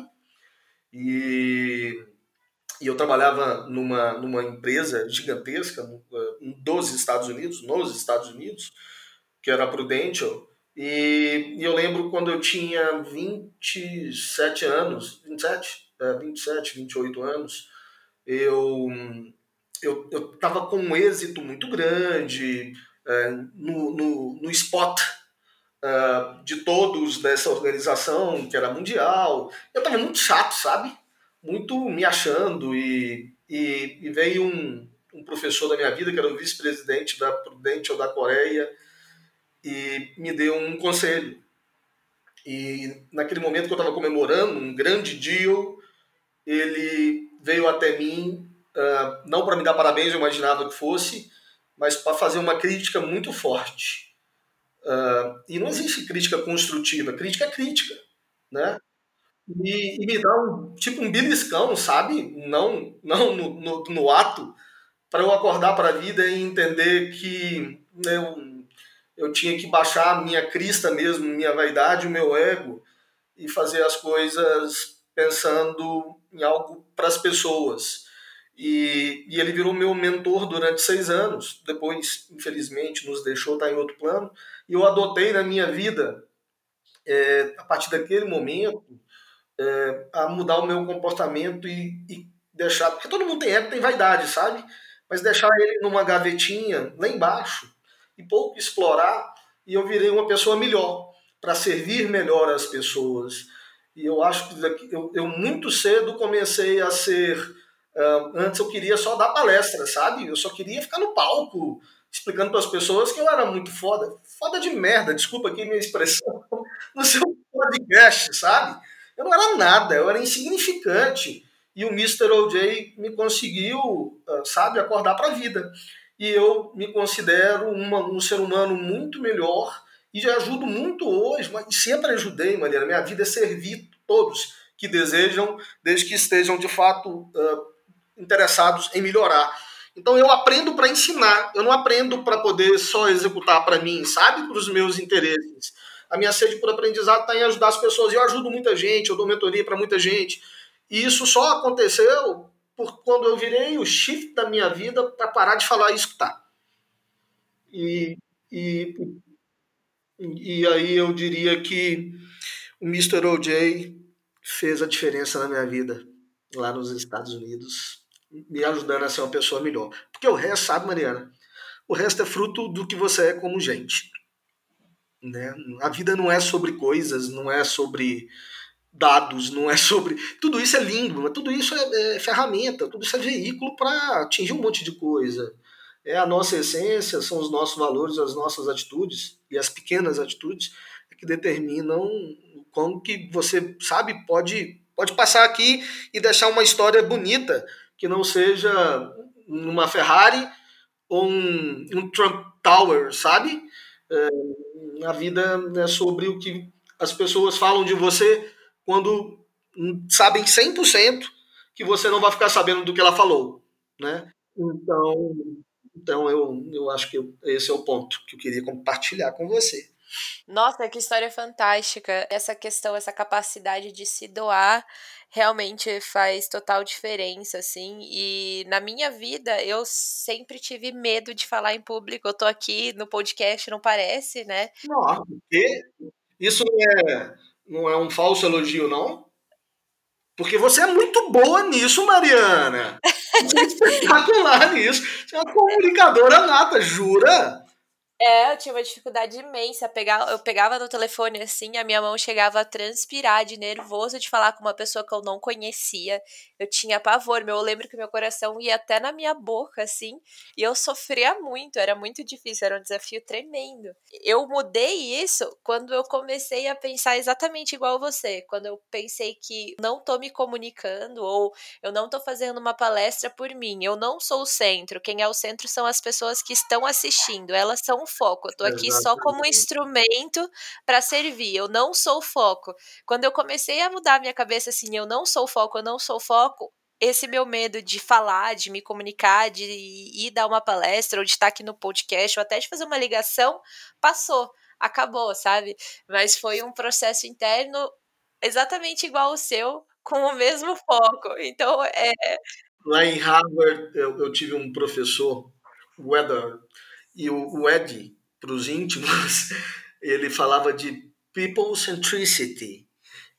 E, e eu trabalhava numa, numa empresa gigantesca dos Estados Unidos, nos Estados Unidos, que era a Prudential. E, e eu lembro quando eu tinha vinte e sete anos, vinte e sete, é, vinte e sete, vinte e oito anos, eu eu eu estava com um êxito muito grande é, no, no, no spot é, de todos dessa organização, que era mundial. Eu estava muito chato, sabe? Muito me achando. E, e, e veio um, um professor da minha vida, que era o vice-presidente da Prudential da Coreia, e me deu um conselho. E naquele momento que eu estava comemorando um grande deal, ele veio até mim, uh, não para me dar parabéns, eu imaginava que fosse, mas para fazer uma crítica muito forte. Uh, e não existe crítica construtiva, crítica é crítica, né? E, e me dá um tipo um beliscão, sabe? Não, não no, no, no ato, para eu acordar para a vida e entender que eu, eu tinha que baixar a minha crista mesmo, minha vaidade, o meu ego, e fazer as coisas pensando em algo para as pessoas. E, e ele virou meu mentor durante seis anos. Depois, infelizmente, nos deixou, está em outro plano. E eu adotei na minha vida, é, a partir daquele momento, é, a mudar o meu comportamento e, e deixar... Porque todo mundo tem ego, tem vaidade, sabe? Mas deixar ele numa gavetinha, lá embaixo, e pouco explorar, e eu virei uma pessoa melhor, para servir melhor as pessoas. E eu acho que eu, eu muito cedo comecei a ser... Uh, antes eu queria só dar palestra, sabe? Eu só queria ficar no palco, explicando para as pessoas que eu era muito foda. Foda de merda, desculpa aqui minha expressão, no seu podcast, sabe? Eu não era nada, eu era insignificante. E o mister O J me conseguiu, sabe, acordar para a vida. E eu me considero uma, um ser humano muito melhor e já ajudo muito hoje, mas sempre ajudei, Mariana. Minha vida é servir todos que desejam, desde que estejam de fato uh, interessados em melhorar. Então eu aprendo para ensinar, eu não aprendo para poder só executar para mim, sabe, para os meus interesses. A minha sede por aprendizado está em ajudar as pessoas. E eu ajudo muita gente, eu dou mentoria para muita gente. E isso só aconteceu por quando eu virei o shift da minha vida para parar de falar isso que tá. E, e, e aí eu diria que o mister O J fez a diferença na minha vida lá nos Estados Unidos, me ajudando a ser uma pessoa melhor. Porque o resto, sabe, Mariana? O resto é fruto do que você é como gente. Né? A vida não é sobre coisas, não é sobre dados, não é sobre... Tudo isso é lindo, mas tudo isso é, é ferramenta, tudo isso é veículo para atingir um monte de coisa. É a nossa essência, são os nossos valores, as nossas atitudes, e as pequenas atitudes que determinam como que você, sabe, pode, pode passar aqui e deixar uma história bonita, que não seja numa Ferrari ou um, um Trump Tower, sabe? É, a vida é sobre o que as pessoas falam de você quando sabem cem por cento que você não vai ficar sabendo do que ela falou, né? Então, então eu, eu acho que eu, esse é o ponto que eu queria compartilhar com você. Nossa, que história fantástica. Essa questão, essa capacidade de se doar realmente faz total diferença, assim. E na minha vida, eu sempre tive medo de falar em público. Eu tô aqui no podcast, não parece, né? Nossa, porque isso não é, não é um falso elogio, não? Porque você é muito boa nisso, Mariana. Você é espetacular nisso. Você é uma comunicadora nata, jura? É, eu tinha uma dificuldade imensa. Pegar, eu pegava no telefone assim, a minha mão chegava a transpirar de nervoso de falar com uma pessoa que eu não conhecia. Eu tinha pavor. Meu, eu lembro que meu coração ia até na minha boca, assim, e eu sofria muito. Era muito difícil, era um desafio tremendo. Eu mudei isso quando eu comecei a pensar exatamente igual você. Quando eu pensei que não tô me comunicando ou eu não tô fazendo uma palestra por mim. Eu não sou o centro. Quem é o centro são as pessoas que estão assistindo. Elas são o foco. Eu tô aqui só como um Exatamente. instrumento para servir. Eu não sou o foco. Quando eu comecei a mudar a minha cabeça assim, eu não sou o foco, eu não sou o foco, esse meu medo de falar, de me comunicar, de ir dar uma palestra, ou de estar aqui no podcast, ou até de fazer uma ligação, passou, acabou, sabe? Mas foi um processo interno exatamente igual ao seu, com o mesmo foco. Então, é. Lá em Harvard, eu, eu tive um professor, Weather, e o, o Ed, para os íntimos, ele falava de people centricity.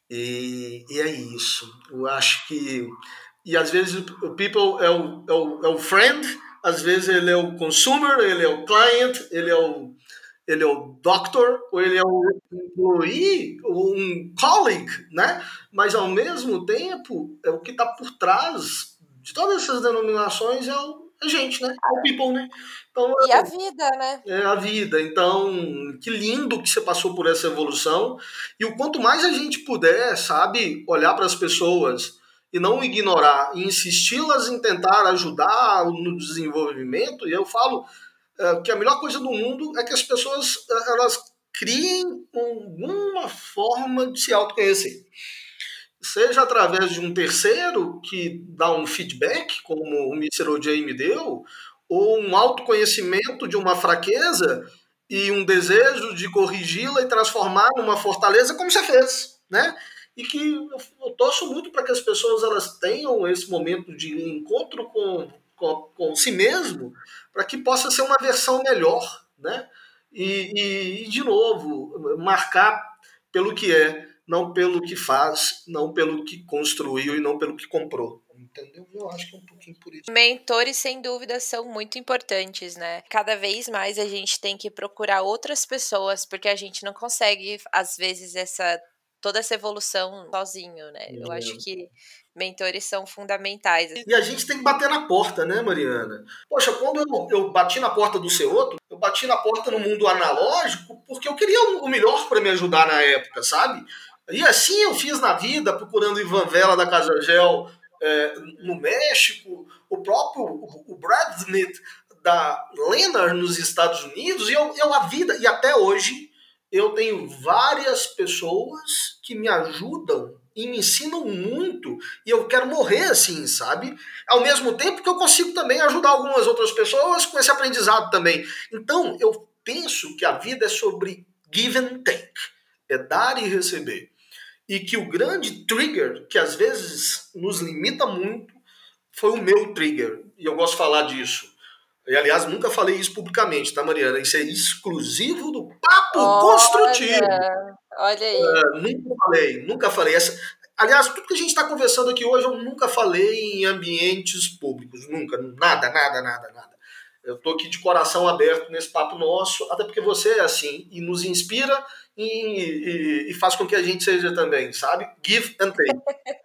E, e é isso. Eu acho que. E às vezes o people é o, é, o, é o friend, às vezes ele é o consumer, ele é o client, ele é o, ele é o doctor, ou ele é um employee, ou um colleague, né? Mas ao mesmo tempo, é o que está por trás de todas essas denominações é o, a gente, né? É o people, né? Então, E a vida, né? é a vida. Então, que lindo que você passou por essa evolução. E o quanto mais a gente puder, sabe, olhar para as pessoas e não ignorar, e insisti-las em tentar ajudar no desenvolvimento, e eu falo é, que a melhor coisa do mundo é que as pessoas elas criem alguma forma de se autoconhecer. Seja através de um terceiro que dá um feedback, como o mister O J me deu, ou um autoconhecimento de uma fraqueza e um desejo de corrigi-la e transformar numa fortaleza, como você fez, né? E que eu, eu torço muito para que as pessoas elas tenham esse momento de encontro com, com, com si mesmo, para que possa ser uma versão melhor, né? E, e, e, de novo, marcar pelo que é, não pelo que faz, não pelo que construiu e não pelo que comprou. Entendeu? Eu acho que é um pouquinho por isso. Mentores, sem dúvida, são muito importantes, né? Cada vez mais a gente tem que procurar outras pessoas, porque a gente não consegue, às vezes, essa toda essa evolução sozinho, né? Eu acho É. que mentores são fundamentais. E a gente tem que bater na porta, né, Mariana? Poxa, quando eu, eu bati na porta do seu outro, eu bati na porta no mundo analógico porque eu queria o melhor para me ajudar na época, sabe? E assim eu fiz na vida, procurando Ivan Vela da Casa Gel é, no México, o próprio o Brad Smith da Lennar nos Estados Unidos, e eu, eu a vida, e até hoje eu tenho várias pessoas que me ajudam e me ensinam muito, e eu quero morrer assim, sabe? Ao mesmo tempo que eu consigo também ajudar algumas outras pessoas com esse aprendizado também. Então, eu penso que a vida é sobre give and take, é dar e receber. E que o grande trigger, que às vezes nos limita muito, foi o meu trigger. E eu gosto de falar disso. E, aliás, nunca falei isso publicamente, tá, Mariana? Isso é exclusivo do Papo Construtivo. Olha, olha aí. Uh, nunca falei, nunca falei. Essa, aliás, tudo que a gente está conversando aqui hoje, eu nunca falei em ambientes públicos. Nunca, nada, nada, nada, nada. Eu estou aqui de coração aberto nesse papo nosso, até porque você é assim, e nos inspira e, e, e faz com que a gente seja também, sabe? Give and take.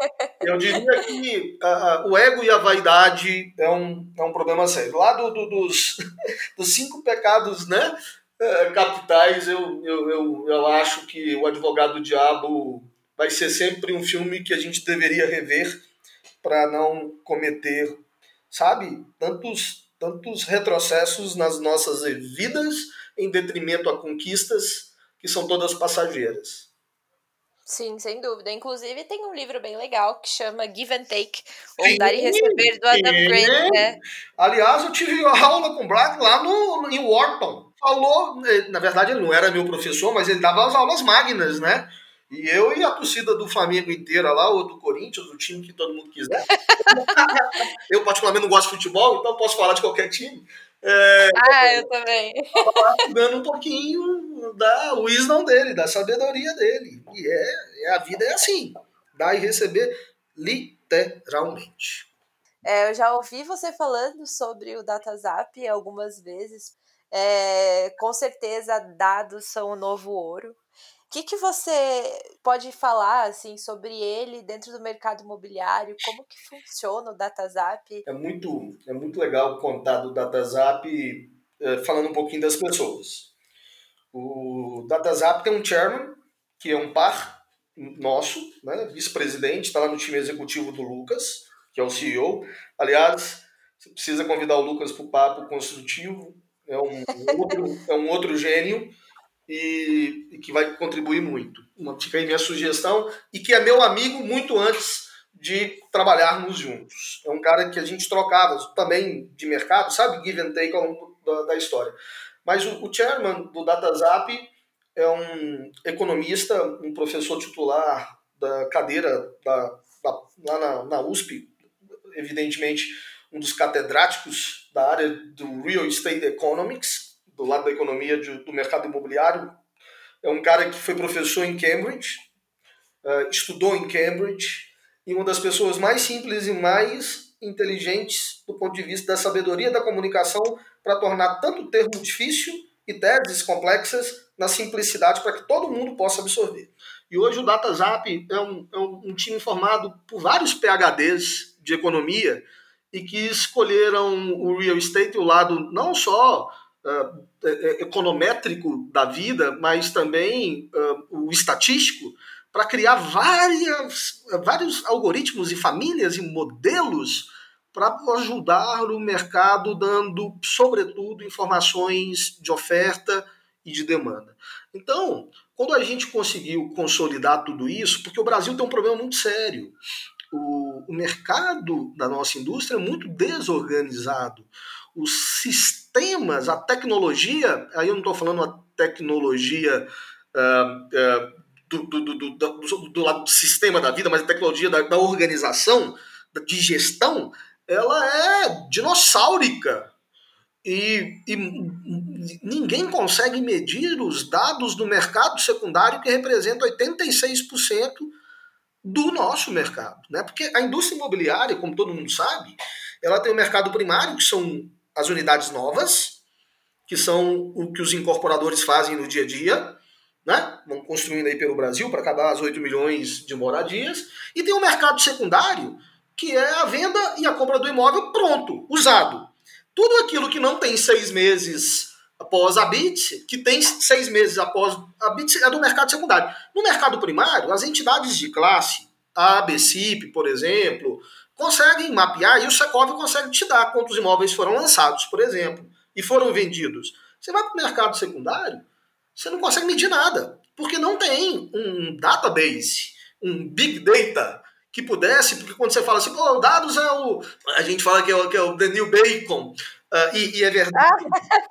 Eu diria que uh, o ego e a vaidade é um, é um problema sério. Lá do, do, dos, dos cinco pecados, né? Uh, capitais, eu, eu, eu, eu acho que O Advogado do Diabo vai ser sempre um filme que a gente deveria rever para não cometer, sabe, tantos tantos retrocessos nas nossas vidas em detrimento a conquistas que são todas passageiras. Sim, sem dúvida. Inclusive, tem um livro bem legal que chama Give and Take, ou sim, Dar e Receber, do Adam sim. Grant, né? Aliás, eu tive aula com o Black lá no, em Wharton. Falou, na verdade, ele não era meu professor, mas ele dava as aulas magnas, né? E eu e a torcida do Flamengo inteira lá, ou do Corinthians, do time que todo mundo quiser. Eu, particularmente, não gosto de futebol, então posso falar de qualquer time. É, ah, eu também. Dando um pouquinho da wisdom dele, da sabedoria dele. E é, é, a vida é assim. Dar e receber literalmente. É, eu já ouvi você falando sobre o DataZap algumas vezes. É, com certeza, dados são o novo ouro. O que, que você pode falar assim, sobre ele dentro do mercado imobiliário? Como que funciona o DataZap? É muito, é muito legal contar do DataZap é, falando um pouquinho das pessoas. O DataZap tem um chairman, que é um par nosso, né, vice-presidente, está lá no time executivo do Lucas, que é o C E O. Aliás, você precisa convidar o Lucas para o papo construtivo. É um outro, é um outro gênio. E, e que vai contribuir muito. Uma, fica aí minha sugestão, e que é meu amigo muito antes de trabalharmos juntos. É um cara que a gente trocava também de mercado, sabe? Give and take ao longo da, da história. Mas o, o chairman do DataZap é um economista, um professor titular da cadeira da, da, lá na, na U S P, evidentemente um dos catedráticos da área do Real Estate Economics, do lado da economia de, do mercado imobiliário. É um cara que foi professor em Cambridge, uh, estudou em Cambridge, e uma das pessoas mais simples e mais inteligentes do ponto de vista da sabedoria da comunicação para tornar tanto termo difícil e teses complexas na simplicidade para que todo mundo possa absorver. E hoje o DataZap é um, é um time formado por vários P H Ds de economia e que escolheram o real estate, o lado não só Uh, econométrico da vida, mas também uh, o estatístico, para criar várias, vários algoritmos e famílias e modelos para ajudar o mercado, dando, sobretudo, informações de oferta e de demanda. Então, quando a gente conseguiu consolidar tudo isso, porque o Brasil tem um problema muito sério, o, o mercado da nossa indústria é muito desorganizado. Os sistemas, a tecnologia, aí eu não estou falando a tecnologia uh, uh, do, do, do, do, do lado do sistema da vida, mas a tecnologia da, da organização, de gestão, ela é dinossáurica. E, e ninguém consegue medir os dados do mercado secundário, que representa oitenta e seis por cento do nosso mercado. Né? Porque a indústria imobiliária, como todo mundo sabe, ela tem o mercado primário, que são as unidades novas, que são o que os incorporadores fazem no dia a dia, né? Vão construindo aí pelo Brasil para acabar as oito milhões de moradias. E tem o mercado secundário, que é a venda e a compra do imóvel pronto, usado. Tudo aquilo que não tem seis meses após a B I T, que tem seis meses após a B I T, é do mercado secundário. No mercado primário, as entidades de classe, a ABCIP, por exemplo, conseguem mapear, e o Secov consegue te dar quantos imóveis foram lançados, por exemplo, e foram vendidos. Você vai para o mercado secundário, você não consegue medir nada, porque não tem um database, um big data que pudesse, porque quando você fala assim, pô, dados é o... A gente fala que é o, que é o the new bacon, uh, e, e é verdade.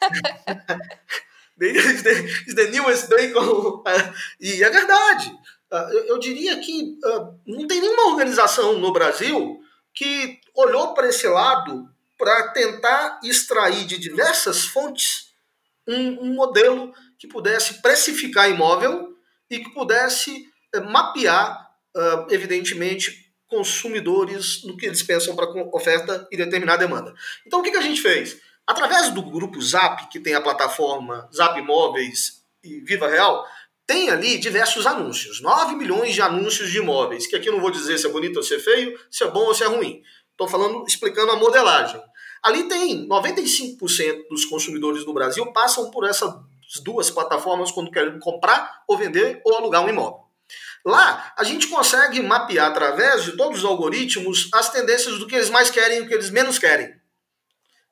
the, the newest bacon, uh, e é verdade. Uh, eu, eu diria que uh, não tem nenhuma organização no Brasil que olhou para esse lado para tentar extrair de diversas fontes um, um modelo que pudesse precificar imóvel e que pudesse eh, mapear, uh, evidentemente, consumidores no que eles pensam para oferta e determinar a demanda. Então, o que, que a gente fez? Através do grupo Zap, que tem a plataforma Zap Imóveis e Viva Real, tem ali diversos anúncios, nove milhões de anúncios de imóveis, que aqui eu não vou dizer se é bonito ou se é feio, se é bom ou se é ruim. Estou falando, explicando a modelagem. Ali tem noventa e cinco por cento dos consumidores do Brasil passam por essas duas plataformas quando querem comprar ou vender ou alugar um imóvel. Lá, a gente consegue mapear através de todos os algoritmos as tendências do que eles mais querem e o que eles menos querem.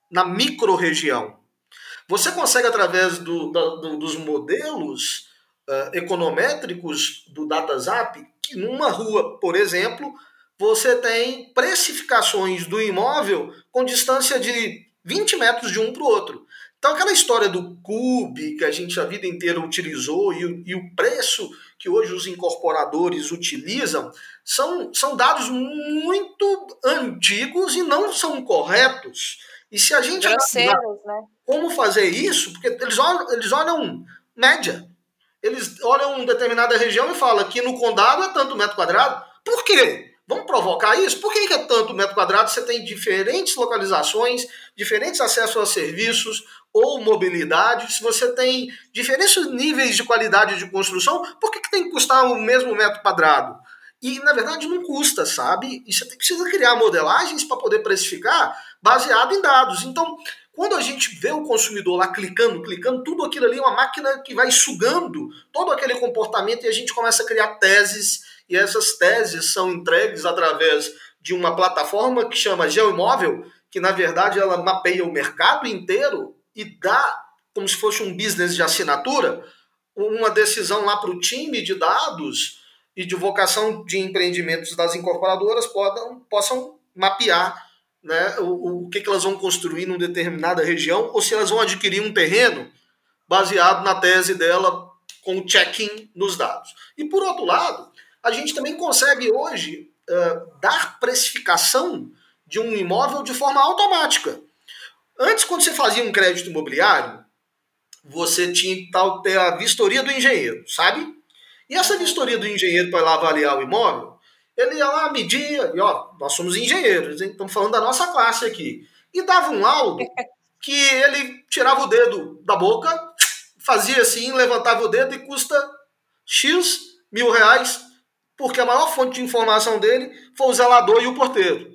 na micro-região. Você consegue, através do, da, do, dos modelos uh, econométricos do DataZap, que numa rua, por exemplo, você tem precificações do imóvel com distância de vinte metros de um para o outro. Então, aquela história do Cube, que a gente a vida inteira utilizou, e o, e o preço que hoje os incorporadores utilizam, são, são dados muito antigos e não são corretos. E se a gente Grosseiros, né? Como fazer isso, porque eles olham, eles olham média. Eles olham uma determinada região e falam que no condado é tanto metro quadrado. Por quê? Vamos provocar isso? Por que é tanto metro quadrado? Você tem diferentes localizações, diferentes acessos a serviços ou mobilidade. Se você tem diferentes níveis de qualidade de construção, por que, que tem que custar o mesmo metro quadrado? E, na verdade, não custa, sabe? E você precisa criar modelagens para poder precificar baseado em dados. Então, quando a gente vê o consumidor lá clicando, clicando, tudo aquilo ali é uma máquina que vai sugando todo aquele comportamento e a gente começa a criar teses, e essas teses são entregues através de uma plataforma que chama GeoImóvel, que na verdade ela mapeia o mercado inteiro e dá, como se fosse um business de assinatura, uma decisão lá para o time de dados e de vocação de empreendimentos das incorporadoras podam, possam mapear, né, o, o que, que elas vão construir numa determinada região, ou se elas vão adquirir um terreno baseado na tese dela com o check-in nos dados. E por outro lado, a gente também consegue hoje uh, dar precificação de um imóvel de forma automática. Antes, quando você fazia um crédito imobiliário, você tinha que ter a vistoria do engenheiro, sabe? E essa vistoria do engenheiro para lá avaliar o imóvel, ele ia lá, media, e ó, nós somos engenheiros, hein? Estamos falando da nossa classe aqui. E dava um laudo que ele tirava o dedo da boca, fazia assim, levantava o dedo e custa X mil reais, porque a maior fonte de informação dele foi o zelador e o porteiro.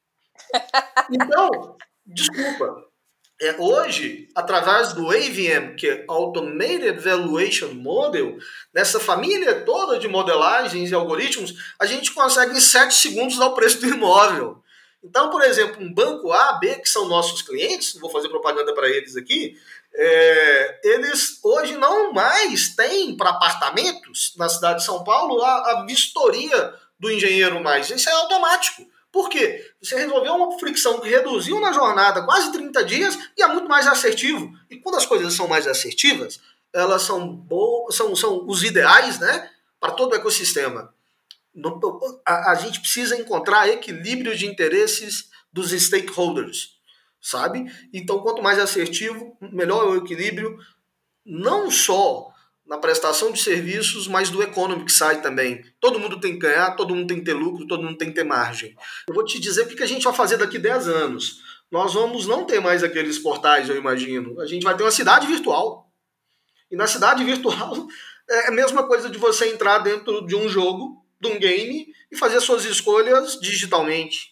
Então, desculpa. É, hoje, através do A V M, que é Automated Valuation Model, nessa família toda de modelagens e algoritmos, a gente consegue em sete segundos dar o preço do imóvel. Então, por exemplo, um banco A, B, que são nossos clientes, não vou fazer propaganda para eles aqui, é, eles hoje não mais têm para apartamentos na cidade de São Paulo a, a vistoria do engenheiro mais. Isso é automático. Por quê? Você resolveu uma fricção que reduziu na jornada quase trinta dias e é muito mais assertivo. E quando as coisas são mais assertivas, elas são, boas, são, são os ideais, né, para todo o ecossistema. A, a gente precisa encontrar equilíbrio de interesses dos stakeholders, sabe? Então, quanto mais assertivo, melhor é o equilíbrio, não só na prestação de serviços, mas do economic side também. Todo mundo tem que ganhar, todo mundo tem que ter lucro, todo mundo tem que ter margem. Eu vou te dizer o que a gente vai fazer daqui a dez anos. Nós vamos não ter mais aqueles portais, eu imagino. A gente vai ter uma cidade virtual. E na cidade virtual é a mesma coisa de você entrar dentro de um jogo, de um game, e fazer suas escolhas digitalmente.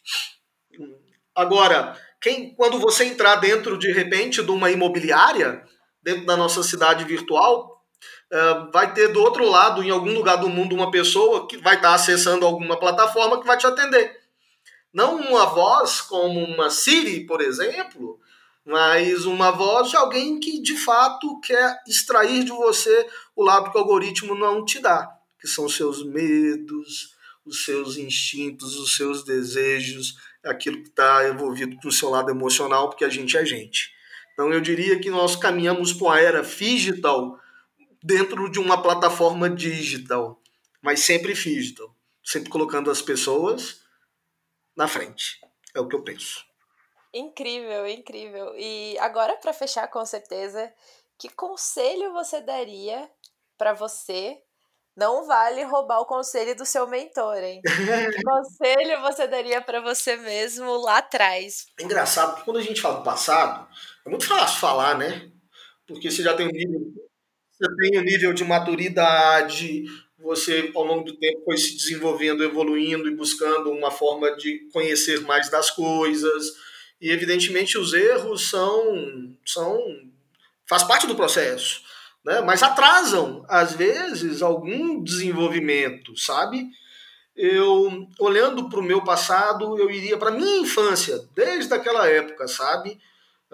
Agora, quem, quando você entrar dentro, de repente, de uma imobiliária, dentro da nossa cidade virtual, Uh, vai ter do outro lado, em algum lugar do mundo, uma pessoa que vai estar acessando alguma plataforma que vai te atender. Não uma voz como uma Siri, por exemplo, mas uma voz de alguém que, de fato, quer extrair de você o lado que o algoritmo não te dá, que são os seus medos, os seus instintos, os seus desejos, aquilo que está envolvido com o seu lado emocional, porque a gente é gente. Então, eu diria que nós caminhamos para uma era digital dentro de uma plataforma digital, mas sempre digital, sempre colocando as pessoas na frente. É o que eu penso. Incrível, incrível. E agora, para fechar, com certeza, que conselho você daria para você? Não vale roubar o conselho do seu mentor, hein? Que conselho você daria para você mesmo lá atrás? É engraçado, porque quando a gente fala do passado, é muito fácil falar, né? Porque você já tem um nível... Você tem um nível de maturidade, você, ao longo do tempo, foi se desenvolvendo, evoluindo e buscando uma forma de conhecer mais das coisas. E, evidentemente, os erros são... são faz parte do processo, né? Mas atrasam, às vezes, algum desenvolvimento, sabe? Eu, olhando para o meu passado, eu iria para a minha infância, desde aquela época, sabe?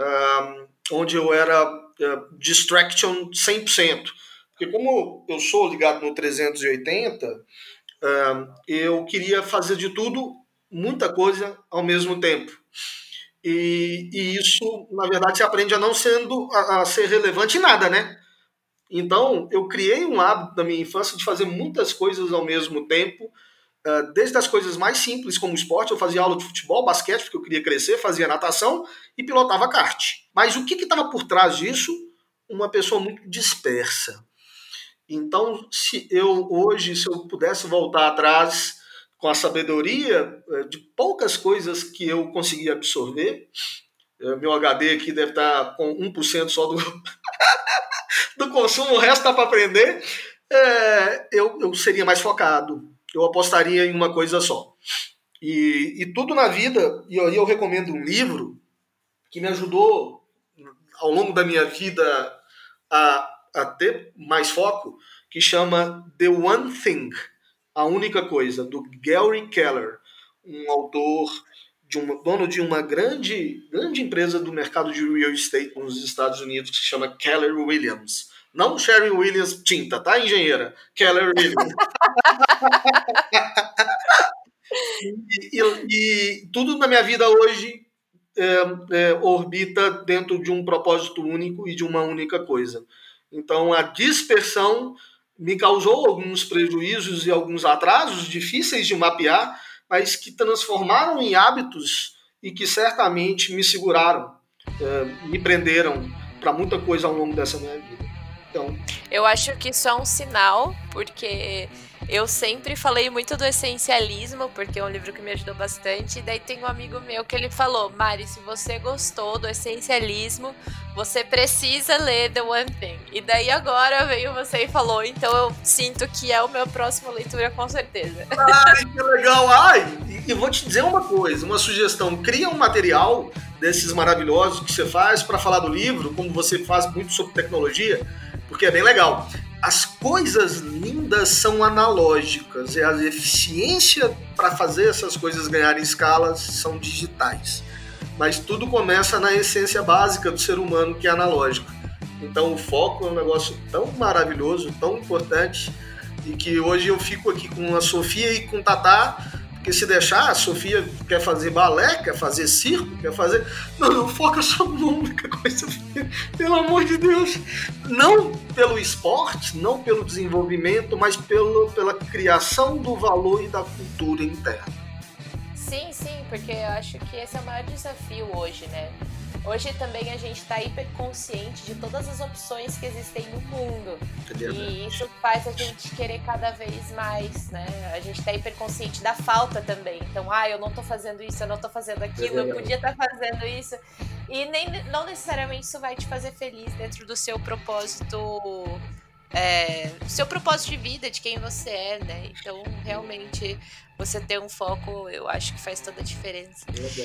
uh, onde eu era uh, distraction cem por cento. Porque como eu sou ligado no trezentos e oitenta, uh, eu queria fazer de tudo, muita coisa ao mesmo tempo. E, e isso, na verdade, se aprende a não sendo, a, a ser relevante em nada, né? Então, eu criei um hábito da minha infância de fazer muitas coisas ao mesmo tempo, desde as coisas mais simples, como esporte. Eu fazia aula de futebol, basquete, porque eu queria crescer, fazia natação e pilotava kart. Mas o que estava por trás disso? Uma pessoa muito dispersa. Então, se eu hoje, se eu pudesse voltar atrás com a sabedoria de poucas coisas que eu consegui absorver, meu H D aqui deve estar com um por cento só do... do consumo, o resto está para aprender, é, eu, eu seria mais focado, eu apostaria em uma coisa só. E, e tudo na vida, e aí eu, eu recomendo um livro que me ajudou ao longo da minha vida a, a ter mais foco, que chama The One Thing, A Única Coisa, do Gary Keller, um autor, de um, dono de uma grande, grande empresa do mercado de real estate nos Estados Unidos, que se chama Keller Williams. Não Sherwin Williams tinta, tá, engenheira? Keller Williams. e, e, e tudo na minha vida hoje é, é, orbita dentro de um propósito único e de uma única coisa. Então, a dispersão me causou alguns prejuízos e alguns atrasos difíceis de mapear, mas que transformaram em hábitos e que certamente me seguraram, é, me prenderam para muita coisa ao longo dessa minha vida. Então, eu acho que isso é um sinal, porque eu sempre falei muito do essencialismo, porque é um livro que me ajudou bastante, e daí tem um amigo meu que ele falou: Mari, se você gostou do essencialismo, você precisa ler The One Thing. E daí agora veio você e falou, então eu sinto que é o meu próximo leitura, com certeza. Ai, que legal! Ai, e, e vou te dizer uma coisa, uma sugestão: cria um material desses maravilhosos que você faz para falar do livro, como você faz muito sobre tecnologia, porque é bem legal. As coisas lindas são analógicas, e a eficiência para fazer essas coisas ganharem escala são digitais. Mas tudo começa na essência básica do ser humano, que é analógico. Então o foco é um negócio tão maravilhoso, tão importante, e que hoje eu fico aqui com a Sofia e com o Tatá, porque se deixar, a Sofia quer fazer balé, quer fazer circo, quer fazer... Não, não, foca só numa única coisa, pelo amor de Deus. Não pelo esporte, não pelo desenvolvimento, mas pelo, pela criação do valor e da cultura interna. Sim, sim, porque eu acho que esse é o maior desafio hoje, né? Hoje também a gente está hiperconsciente de todas as opções que existem no mundo. E isso faz a gente querer cada vez mais, né? A gente está hiperconsciente da falta também. Então, ah, eu não tô fazendo isso, eu não tô fazendo aquilo, eu podia estar fazendo isso. E nem, não necessariamente isso vai te fazer feliz dentro do seu propósito... É, seu propósito de vida, de quem você é, né? Então, realmente, você ter um foco, eu acho que faz toda a diferença.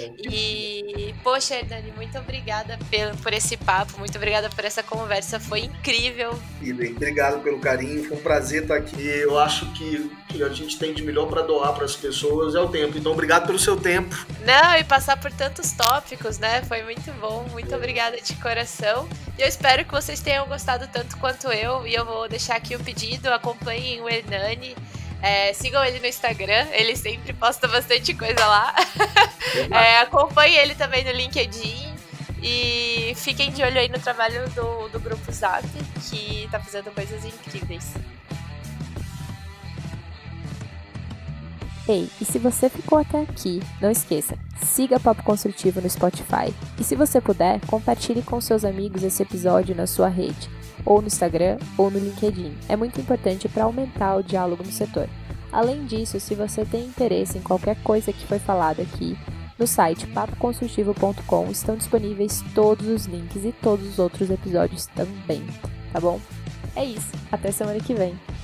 E, poxa, Hernani, muito obrigada por, por esse papo, muito obrigada por essa conversa, foi incrível. E bem, obrigado pelo carinho, foi um prazer estar aqui. Eu acho que, que a gente tem de melhor para doar para as pessoas é o tempo, então obrigado pelo seu tempo. Não, e passar por tantos tópicos, né? Foi muito bom, muito é. obrigada de coração. E eu espero que vocês tenham gostado tanto quanto eu, e eu vou deixar aqui o pedido, acompanhem o Hernani. É, sigam ele no Instagram, ele sempre posta bastante coisa lá. É, acompanhem ele também no LinkedIn e fiquem de olho aí no trabalho do, do Grupo Zap, que tá fazendo coisas incríveis. Ei, e se você ficou até aqui, não esqueça, siga Papo Construtivo no Spotify. E se você puder, compartilhe com seus amigos esse episódio na sua rede, ou no Instagram, ou no LinkedIn. É muito importante para aumentar o diálogo no setor. Além disso, se você tem interesse em qualquer coisa que foi falada aqui, no site papo construtivo ponto com estão disponíveis todos os links e todos os outros episódios também, tá bom? É isso, até semana que vem.